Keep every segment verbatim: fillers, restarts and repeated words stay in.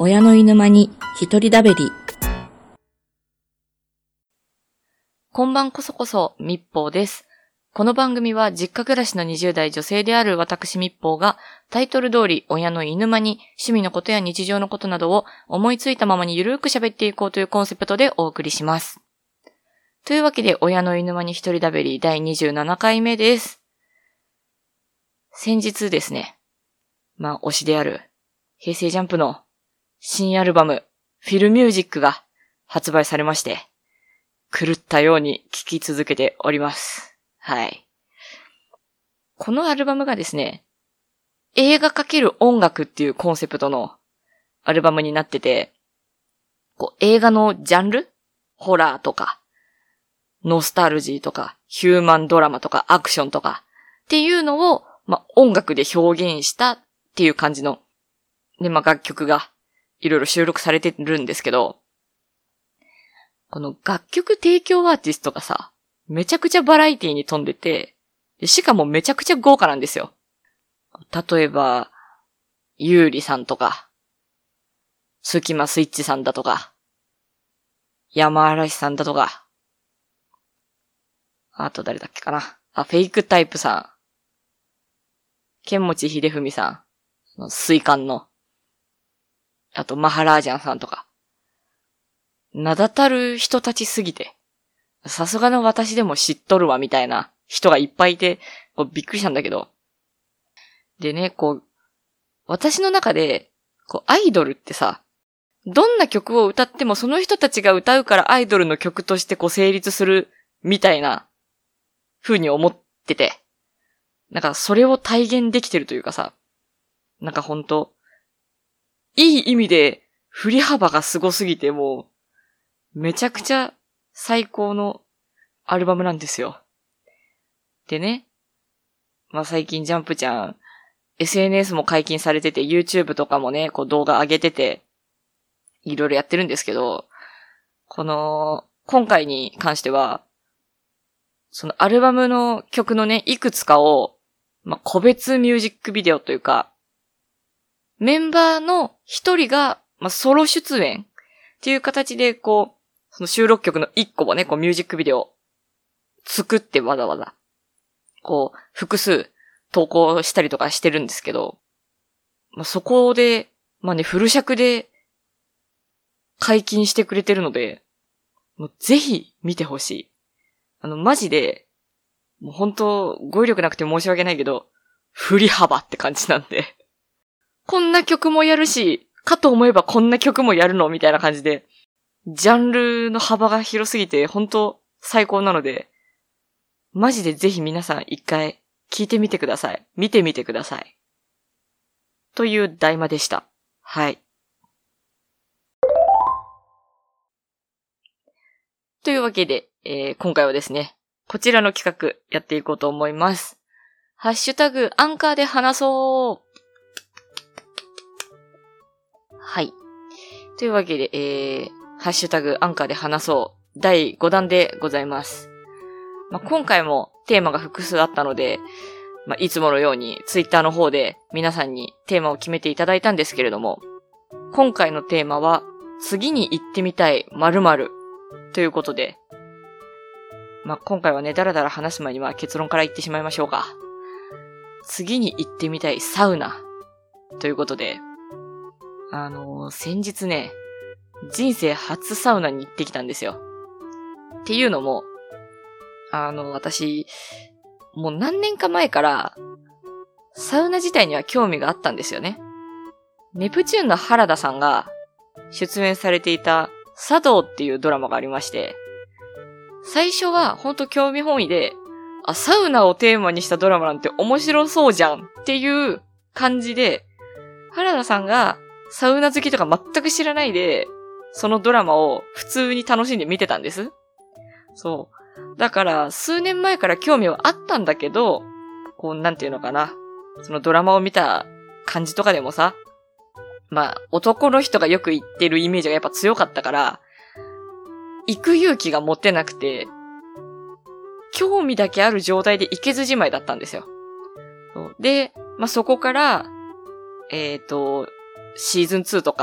親の犬間に一人だべり。 こんばんこそこそ、みっぽうです。この番組は実家暮らしのにじゅう代女性である私みっぽうがタイトル通り親の犬間に趣味のことや日常のことなどを思いついたままにゆるーく喋っていこうというコンセプトでお送りします。というわけで親の犬間に一人だべりだいにじゅうななかいめです。先日ですね、まあ推しである平成ジャンプの新アルバムフィルミュージックが発売されまして、狂ったように聴き続けております。はい。このアルバムがですね、映画×音楽っていうコンセプトのアルバムになってて、こう映画のジャンル？ホラーとか、ノスタルジーとか、ヒューマンドラマとか、アクションとかっていうのを、まあ、音楽で表現したっていう感じの、で、まあ、楽曲がいろいろ収録されてるんですけど、この楽曲提供アーティストがさ、めちゃくちゃバラエティに富んでて、しかもめちゃくちゃ豪華なんですよ。例えば、ゆうりさんとか、スキマスイッチさんだとか、山嵐さんだとか、あと誰だっけかな。あ、フェイクタイプさん。剣持秀文さん。水管の。あと、マハラージャンさんとか。名だたる人たちすぎて。さすがの私でも知っとるわ、みたいな人がいっぱいいて、こうびっくりしたんだけど。でね、こう、私の中で、こう、アイドルってさ、どんな曲を歌ってもその人たちが歌うからアイドルの曲としてこう成立する、みたいな、風に思ってて。なんかそれを体現できてるというかさ、なんかほんと、いい意味で振り幅がすごすぎてもう、めちゃくちゃ最高のアルバムなんですよ。でね、まあ最近ジャンプちゃん、エスエヌエス も解禁されてて、YouTube とかもね、こう動画上げてて、いろいろやってるんですけど、この、今回に関しては、そのアルバムの曲のね、いくつかを、まあ、個別ミュージックビデオというか、メンバーの一人が、まあ、ソロ出演っていう形で、こう、その収録曲の一個をね、こうミュージックビデオ作ってわざわざ、こう、複数投稿したりとかしてるんですけど、まあ、そこで、まあね、フル尺で解禁してくれてるので、もうぜひ見てほしい。あの、マジで、もう本当、語彙力なくて申し訳ないけど、振り幅って感じなんで。こんな曲もやるし、かと思えばこんな曲もやるのみたいな感じで、ジャンルの幅が広すぎて、本当最高なので、マジでぜひ皆さん一回聞いてみてください。見てみてください。という題話でした。はい。というわけで、えー、今回はですね、こちらの企画やっていこうと思います。ハッシュタグアンカーで話そう。はい。というわけで、えー、ハッシュタグアンカーで話そうだいごだんでございます。まあ、今回もテーマが複数あったので、まあ、いつものようにツイッターの方で皆さんにテーマを決めていただいたんですけれども、今回のテーマは次に行ってみたい〇〇ということで、まあ、今回はね、だらだら話す前には結論から言ってしまいましょうか。次に行ってみたいサウナということで、あのー、先日ね、人生初サウナに行ってきたんですよ。っていうのも、あの、私、もう何年か前から、サウナ自体には興味があったんですよね。ネプチューンの原田さんが出演されていた茶道っていうドラマがありまして、最初はほんと興味本位で、あ、サウナをテーマにしたドラマなんて面白そうじゃんっていう感じで、原田さんがサウナ好きとか全く知らないで、そのドラマを普通に楽しんで見てたんです。そう。だから、数年前から興味はあったんだけど、こう、なんていうのかな。そのドラマを見た感じとかでもさ、まあ、男の人がよく行ってるイメージがやっぱ強かったから、行く勇気が持てなくて、興味だけある状態で行けずじまいだったんですよ。で、まあ、そこから、えっと、シーズンツーとか、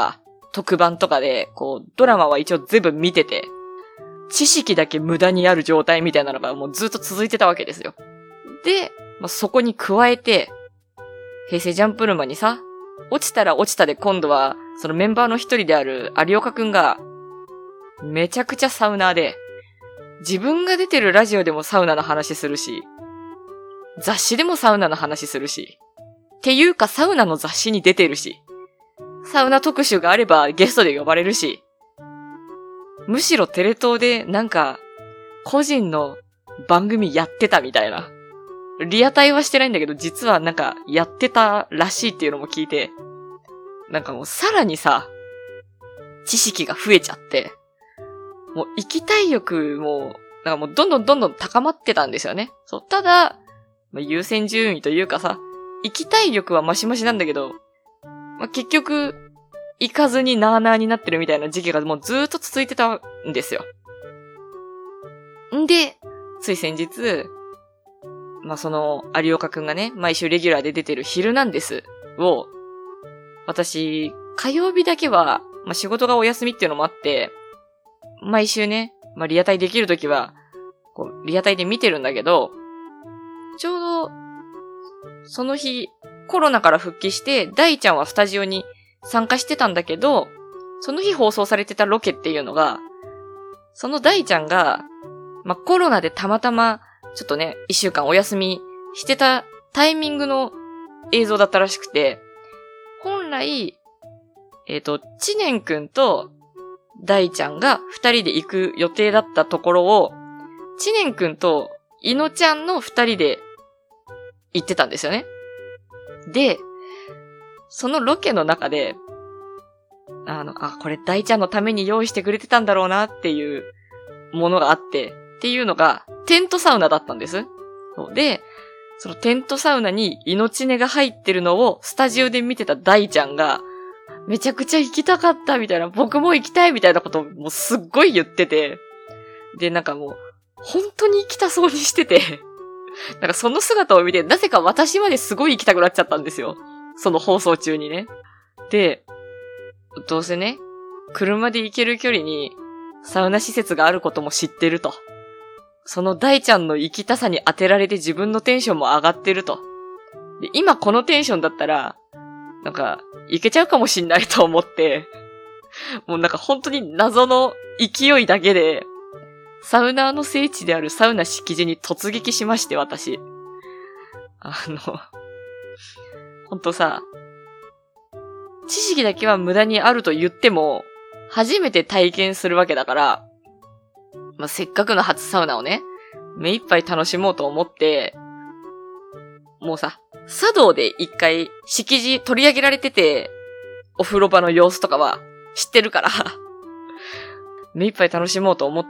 特番とかで、こう、ドラマは一応全部見てて、知識だけ無駄にある状態みたいなのがもうずっと続いてたわけですよ。で、まあ、そこに加えて、平成ジャンプ沼にさ、落ちたら落ちたで今度は、そのメンバーの一人である有岡くんが、めちゃくちゃサウナーで、自分が出てるラジオでもサウナの話するし、雑誌でもサウナの話するし、っていうかサウナの雑誌に出てるし、サウナ特集があればゲストで呼ばれるし、むしろテレ東でなんか、個人の番組やってたみたいな。リアタイはしてないんだけど、実はなんかやってたらしいっていうのも聞いて、なんかもうさらにさ、知識が増えちゃって、もう行きたい欲も、なんかもうどんどんどんどん高まってたんですよね。そう。ただ、まあ、優先順位というかさ、行きたい欲はマシマシなんだけど、まあ、結局、行かずになーなーになってるみたいな時期がもうずーっと続いてたんですよ。んで、つい先日、まあ、その、有岡くんがね、毎週レギュラーで出てるヒルナンデスを、私、火曜日だけは、まあ、仕事がお休みっていうのもあって、毎週ね、まあ、リアタイできるときは、こう、リアタイで見てるんだけど、ちょうど、その日、コロナから復帰して、大ちゃんはスタジオに参加してたんだけど、その日放送されてたロケっていうのが、その大ちゃんが、まあ、コロナでたまたま、ちょっとね、一週間お休みしてたタイミングの映像だったらしくて、本来、えっと、知念くんと大ちゃんが二人で行く予定だったところを、知念くんといのちゃんの二人で行ってたんですよね。で、そのロケの中で、あの、あ、これ大ちゃんのために用意してくれてたんだろうなっていうものがあって、っていうのがテントサウナだったんです。で、そのテントサウナに命根が入ってるのをスタジオで見てた大ちゃんが、めちゃくちゃ行きたかったみたいな、僕も行きたいみたいなことをもうすっごい言ってて、で、なんかもう、本当に行きたそうにしてて、なんかその姿を見て、なぜか私まですごい行きたくなっちゃったんですよ。その放送中にね。で、どうせね、車で行ける距離にサウナ施設があることも知ってると。その大ちゃんの行きたさに当てられて自分のテンションも上がってると。で、今このテンションだったら、なんか、行けちゃうかもしんないと思って、もうなんか本当に謎の勢いだけで、サウナーの聖地であるサウナ敷地に突撃しまして、私。あの、ほんとさ、知識だけは無駄にあると言っても、初めて体験するわけだから、まあ、せっかくの初サウナをね、目いっぱい楽しもうと思って、もうさ、茶道で一回敷地取り上げられてて、お風呂場の様子とかは知ってるから、目いっぱい楽しもうと思って、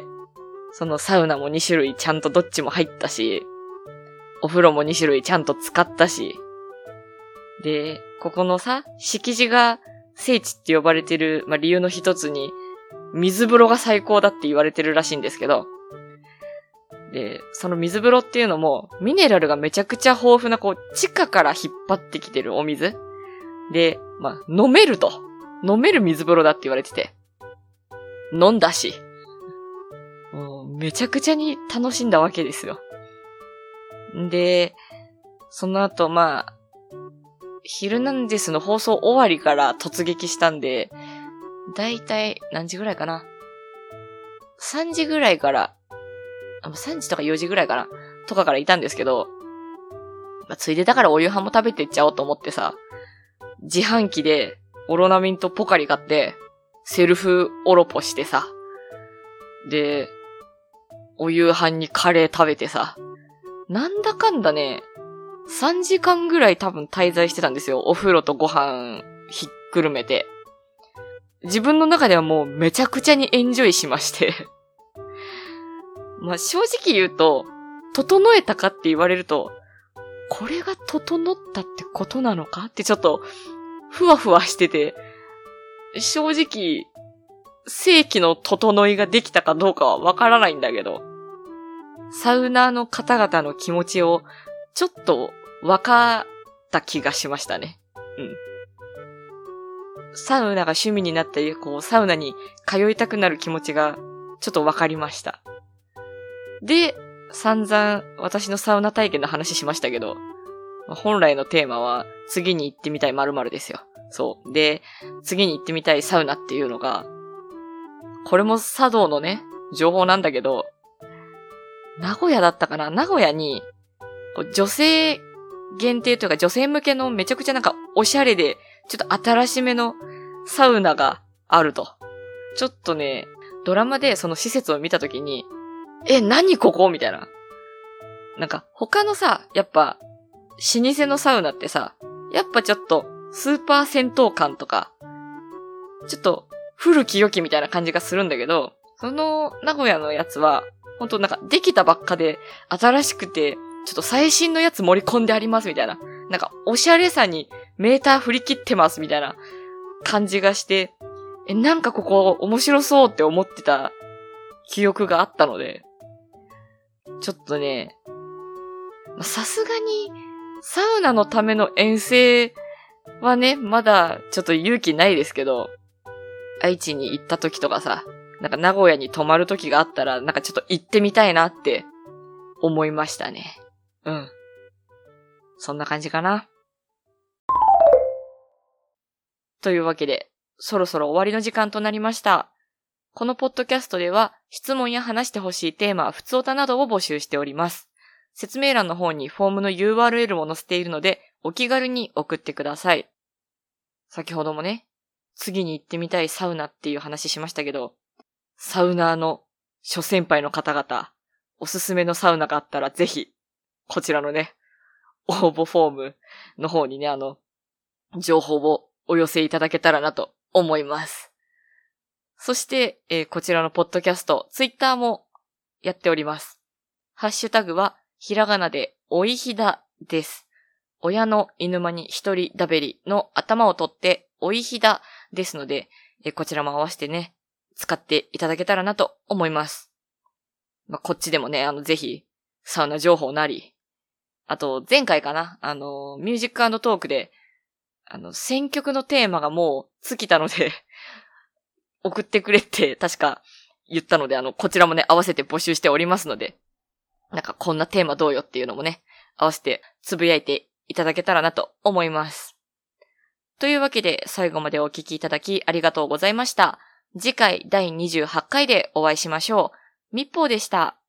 そのサウナもに種類ちゃんとどっちも入ったし、お風呂もに種類ちゃんと使ったし、で、ここのさ、敷地が聖地って呼ばれてる、まあ、理由の一つに、水風呂が最高だって言われてるらしいんですけど、で、その水風呂っていうのも、ミネラルがめちゃくちゃ豊富な、こう、地下から引っ張ってきてるお水で、まあ、飲めると。飲める水風呂だって言われてて。飲んだし。もうめちゃくちゃに楽しんだわけですよ。で、その後、まあ、ヒルナンデスの放送終わりから突撃したんで、だいたい何時ぐらいかな。さんじぐらいから、あさんじとかよじぐらいかなとかからいたんですけど、まあ、ついでだからお夕飯も食べてっちゃおうと思ってさ、自販機でオロナミンとポカリ買って、セルフオロポしてさ、で、お夕飯にカレー食べてさ、なんだかんだね、さんじかんぐらい多分滞在してたんですよ。お風呂とご飯ひっくるめて。自分の中ではもうめちゃくちゃにエンジョイしまして。まあ正直言うと、整えたかって言われると、これが整ったってことなのかってちょっと、ふわふわしてて、正直、正規の整いができたかどうかはわからないんだけど、サウナーの方々の気持ちを、ちょっと分かった気がしましたね。 サウナが趣味になったり、こう、サウナに通いたくなる気持ちがちょっとわかりました。で、散々私のサウナ体験の話しましたけど、本来のテーマは次に行ってみたい〇〇ですよ。そう。で、次に行ってみたいサウナっていうのが、これも茶道のね、情報なんだけど、名古屋だったかな？名古屋に、女性限定というか女性向けのめちゃくちゃなんかおしゃれで、ちょっと新しめのサウナがあると。ちょっとね、ドラマでその施設を見たときに、え、何ここみたいな。なんか他のさ、やっぱ、老舗のサウナってさ、やっぱちょっとスーパー銭湯感とか、ちょっと古き良きみたいな感じがするんだけど、その名古屋のやつは、ほんとなんかできたばっかで新しくて、ちょっと最新のやつ盛り込んでありますみたいな。なんかおしゃれさにメーター振り切ってますみたいな感じがして、え、なんかここ面白そうって思ってた記憶があったので、ちょっとね、さすがにサウナのための遠征はね、まだちょっと勇気ないですけど、愛知に行った時とかさ、なんか名古屋に泊まる時があったら、なんかちょっと行ってみたいなって思いましたね。うん。そんな感じかな。というわけで、そろそろ終わりの時間となりました。このポッドキャストでは、質問や話してほしいテーマ、ふつおたなどを募集しております。説明欄の方にフォームの ユーアールエル も載せているので、お気軽に送ってください。先ほどもね、次に行ってみたいサウナっていう話しましたけど、サウナーの諸先輩の方々、おすすめのサウナがあったらぜひ、こちらのね、応募フォームの方にね、あの、情報をお寄せいただけたらなと思います。そして、えー、こちらのポッドキャスト、ツイッターもやっております。ハッシュタグは、ひらがなで、おいひだです。親の犬間に一人だべりの頭を取って、おいひだですので、えー、こちらも合わせてね、使っていただけたらなと思います。まあ、こっちでもね、あの、ぜひ、サウナ情報なり、あと、前回かな、あの、ミュージック&トークで、あの、選曲のテーマがもう尽きたので、送ってくれって確か言ったので、あの、こちらもね、合わせて募集しておりますので、なんかこんなテーマどうよっていうのもね、合わせてつぶやいていただけたらなと思います。というわけで、最後までお聞きいただきありがとうございました。次回だいにじゅうはちかいでお会いしましょう。みっぽうでした。